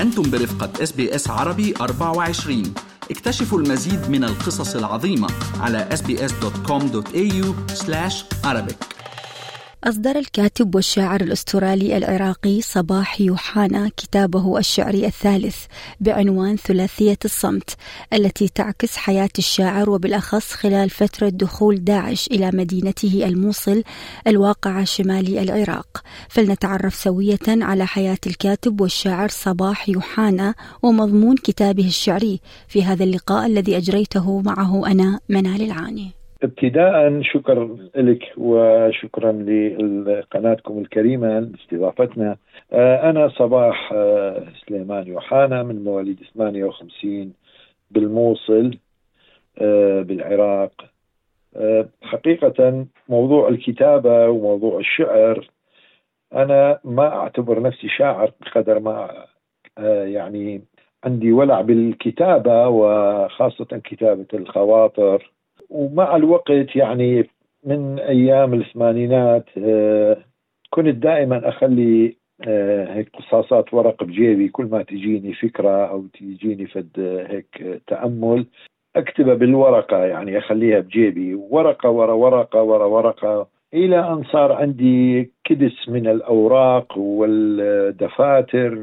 أنتم برفقة SBS عربي 24. اكتشفوا المزيد من القصص العظيمة على sbs.com.au/Arabic. أصدر الكاتب والشاعر الأسترالي العراقي صباح يوحانا كتابه الشعري الثالث بعنوان ثلاثية الصمت، التي تعكس حياة الشاعر وبالأخص خلال فترة دخول داعش إلى مدينته الموصل الواقعة شمال العراق. فلنتعرف سوية على حياة الكاتب والشاعر صباح يوحانا ومضمون كتابه الشعري في هذا اللقاء الذي أجريته معه أنا منال العاني. ابتداء شكرا لك وشكرا لقناتكم الكريمة لاستضافتنا. أنا صباح سليمان يوحانا من مواليد 58 بالموصل بالعراق. حقيقة موضوع الكتابة وموضوع الشعر أنا ما أعتبر نفسي شاعر بقدر ما يعني عندي ولع بالكتابة، وخاصة كتابة الخواطر. ومع الوقت يعني من أيام الثمانينات كنت دائما أخلي هيك قصاصات ورق بجيبي، كل ما تجيني فكرة أو تجيني فد هيك تأمل أكتبها بالورقة، يعني أخليها بجيبي ورقة ورا ورقة ورا ورقة، إلى أن صار عندي كدس من الأوراق والدفاتر،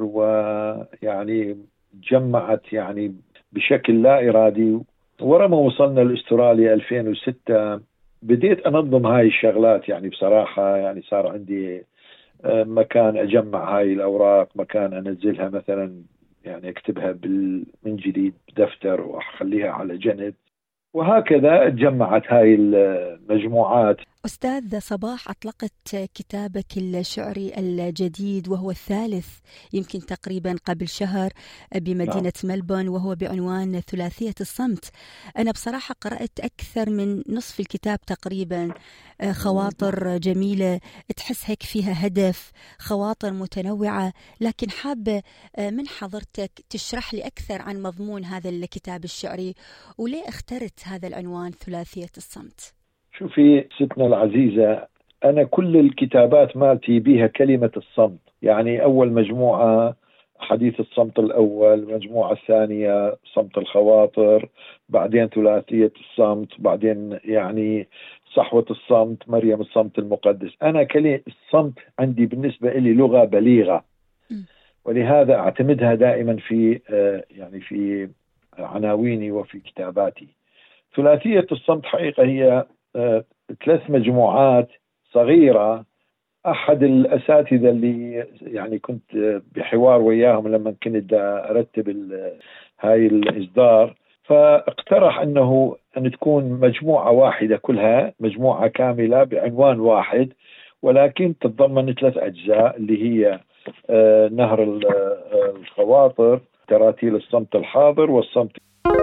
ويعني جمعت يعني بشكل لا إرادي. ورا ما وصلنا لأستراليا 2006 بديت أنظم هاي الشغلات، يعني بصراحة يعني صار عندي مكان أجمع هاي الأوراق، مكان أنزلها مثلا يعني أكتبها من جديد بدفتر وأخليها على جنب، وهكذا تجمعت هاي المجموعات. أستاذ صباح، أطلقت كتابك الشعري الجديد وهو الثالث يمكن تقريبا قبل شهر بمدينة ملبون، وهو بعنوان ثلاثية الصمت. أنا بصراحة قرأت أكثر من نصف الكتاب تقريبا، خواطر جميلة تحس هيك فيها هدف، خواطر متنوعة، لكن حابة من حضرتك تشرح لي أكثر عن مضمون هذا الكتاب الشعري وليه اخترت هذا العنوان ثلاثية الصمت. شوفي ستنا العزيزة، أنا كل الكتابات مالتي بيها كلمة الصمت، يعني أول مجموعة حديث الصمت الأول، المجموعة الثانية صمت الخواطر، بعدين ثلاثية الصمت، بعدين يعني صحوة الصمت، مريم الصمت المقدس. أنا كلمة الصمت عندي بالنسبة لي لغة بليغة، ولهذا أعتمدها دائما في يعني في عناويني وفي كتاباتي. ثلاثية الصمت حقيقة هي 3 مجموعات صغيرة. أحد الأساتذة اللي يعني كنت بحوار وياهم لما كنت أرتب هاي الإصدار، فاقترح أنه أن تكون مجموعة واحدة، كلها مجموعة كاملة بعنوان واحد، ولكن تتضمن 3 أجزاء اللي هي نهر الخواطر، تراتيل الصمت الحاضر، والصمت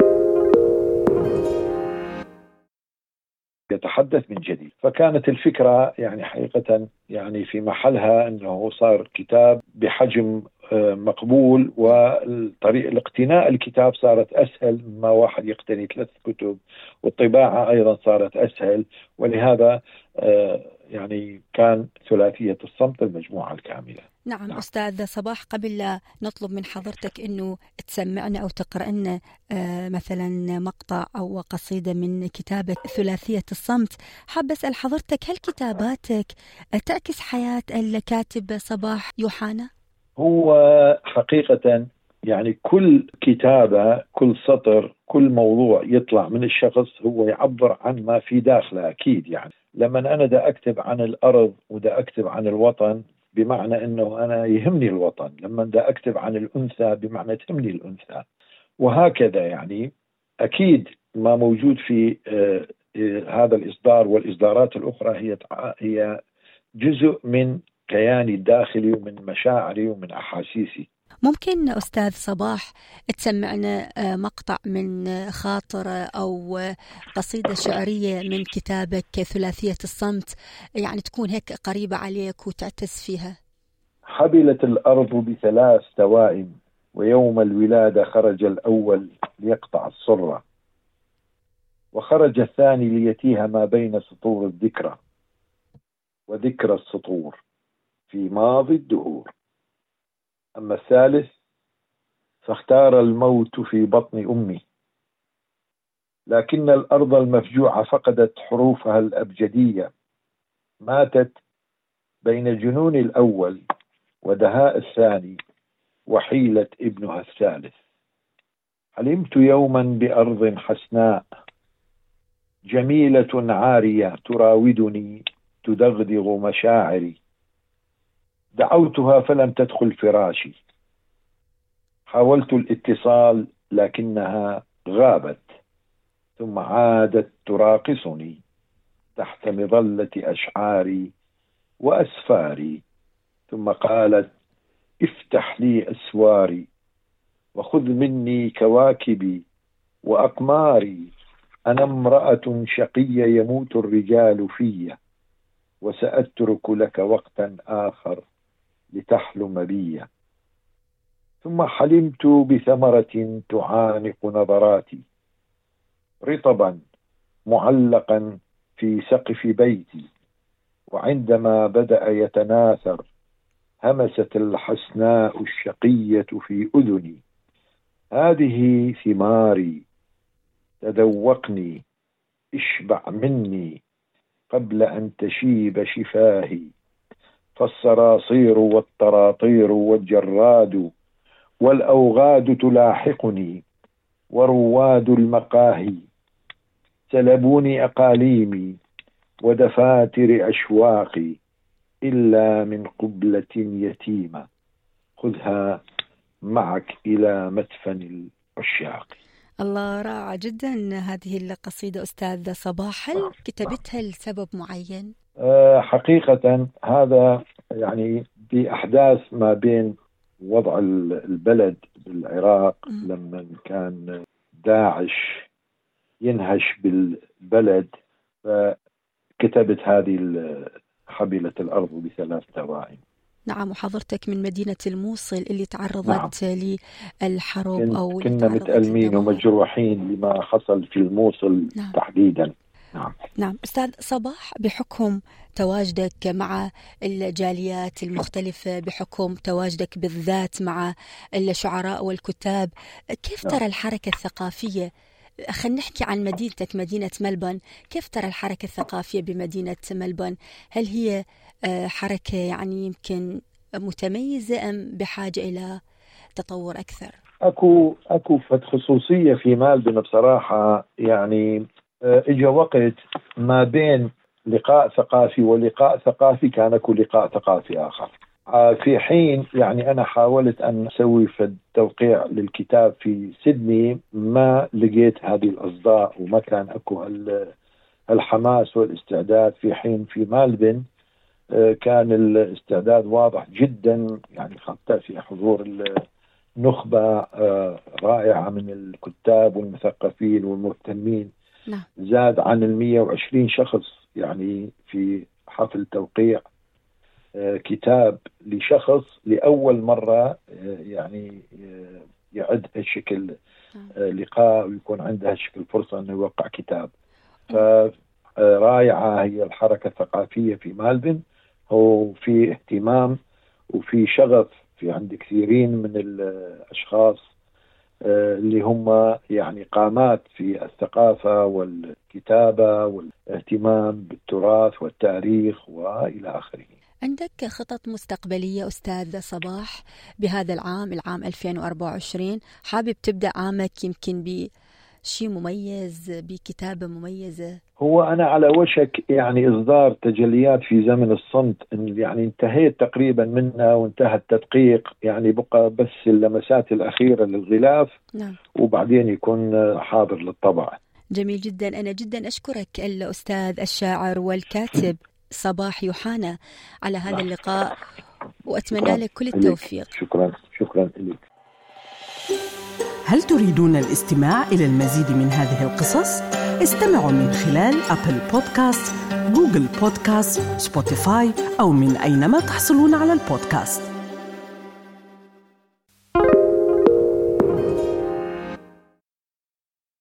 يتحدث من جديد. فكانت الفكرة يعني حقيقة يعني في محلها، أنه صار كتاب بحجم مقبول، وطريق الاقتناء الكتاب صارت أسهل مما واحد يقتني 3 كتب، والطباعة أيضا صارت أسهل، ولهذا يعني كان ثلاثية الصمت المجموعة الكاملة. نعم أستاذ صباح، قبل لا نطلب من حضرتك أنه تسمعنا أو تقرأ لنا مثلا مقطع أو قصيدة من كتابة ثلاثية الصمت، حاب أسأل حضرتك، هل كتاباتك تعكس حياة الكاتب صباح يوحانا؟ هو حقيقة يعني كل كتابة، كل سطر، كل موضوع يطلع من الشخص هو يعبر عن ما في داخله أكيد. يعني لما أنا دا أكتب عن الأرض ودا أكتب عن الوطن، بمعنى أنه أنا يهمني الوطن. لما دا أكتب عن الأنثى بمعنى تهمني الأنثى، وهكذا. يعني أكيد ما موجود في هذا الإصدار والإصدارات الأخرى هي جزء من كياني الداخلي ومن مشاعري ومن أحاسيسي. ممكن أستاذ صباح تسمعنا مقطع من خاطرة أو قصيدة شعرية من كتابك ثلاثية الصمت، يعني تكون هيك قريبة عليك وتعتز فيها؟ حبلت الأرض ب3 توائم، ويوم الولادة خرج الأول ليقطع الصرة، وخرج الثاني ليتيه ما بين سطور الذكرى، وذكرى السطور في ماضي الدهور. أما الثالث فاختار الموت في بطن أمي، لكن الأرض المفجوعة فقدت حروفها الأبجدية، ماتت بين جنون الأول ودهاء الثاني وحيلة ابنها الثالث. حلمت يوما بأرض حسناء جميلة عارية تراودني تدغدغ مشاعري، دعوتها فلم تدخل فراشي، حاولت الاتصال لكنها غابت، ثم عادت تراقصني تحت مظلة أشعاري وأسفاري، ثم قالت افتح لي أسواري وخذ مني كواكبي وأقماري، أنا امرأة شقية يموت الرجال في، وسأترك لك وقتا آخر لتحلم بي. ثم حلمت بثمرة تعانق نظراتي، رطبا معلقا في سقف بيتي، وعندما بدأ يتناثر همست الحسناء الشقية في أذني، هذه ثماري تذوقني اشبع مني قبل أن تشيب شفاهي، فالصراصير والطراطير والجراد والأوغاد تلاحقني، ورواد المقاهي سلبوني أقاليمي ودفاتر أشواقي، إلا من قبلة يتيمة خذها معك إلى مدفن العشاق. الله، رائعة جدا هذه القصيدة أستاذ صباح. هل كتبتها لسبب معين؟ حقيقة هذا يعني بأحداث ما بين وضع البلد بالعراق لما كان داعش ينهش بالبلد، فكتبت هذه حبيلة الأرض بثلاث توائم. نعم، وحضرتك من مدينة الموصل اللي تعرضت للحرب أو كنا متألمين ومجروحين لما حصل في الموصل تحديدا. نعم أستاذ صباح، بحكم تواجدك مع الجاليات المختلفة، بحكم تواجدك بالذات مع الشعراء والكتاب، كيف ترى الحركة الثقافية؟ خلينا نحكي عن مدينتك، مدينة ملبون. كيف ترى الحركة الثقافية بمدينة ملبون؟ هل هي حركة يعني يمكن متميزة أم بحاجة إلى تطور أكثر؟ أكو خصوصية في ملبون بصراحة. يعني إجا وقت ما بين لقاء ثقافي ولقاء ثقافي كان أكو لقاء ثقافي آخر. في حين يعني أنا حاولت أن أسوي في التوقيع للكتاب في سيدني، ما لقيت هذه الأصداء وما كان أكو الحماس والاستعداد، في حين في ملبون كان الاستعداد واضح جدا، يعني حتى في حضور النخبة رائعة من الكتاب والمثقفين والمهتمين. زاد عن 120 شخص يعني في حفل توقيع كتاب لشخص لأول مرة يعني يعد هالشكل لقاء ويكون عنده هالشكل فرصة أنه يوقع كتاب. فرائعة هي الحركة الثقافية في ملبون، هو في اهتمام وفي شغف في عند كثيرين من الأشخاص اللي هم يعني قامات في الثقافة والكتابة والاهتمام بالتراث والتاريخ وإلى آخره. عندك خطط مستقبلية أستاذ صباح بهذا العام 2024؟ حابب تبدأ عامك يمكن بشيء مميز، بكتابة مميزة؟ هو أنا على وشك يعني إصدار تجليات في زمن الصمت، يعني انتهيت تقريبا منها وانتهى التدقيق، يعني بقى بس اللمسات الأخيرة للغلاف. وبعدين يكون حاضر للطبع. جميل جدا. أنا جدا أشكرك الأستاذ الشاعر والكاتب صباح يوحنا على هذا اللقاء، وأتمنى لك كل التوفيق. شكرا لك. هل تريدون الاستماع إلى المزيد من هذه القصص؟ استمعوا من خلال أبل بودكاست، جوجل بودكاست، سبوتيفاي، أو من أينما تحصلون على البودكاست.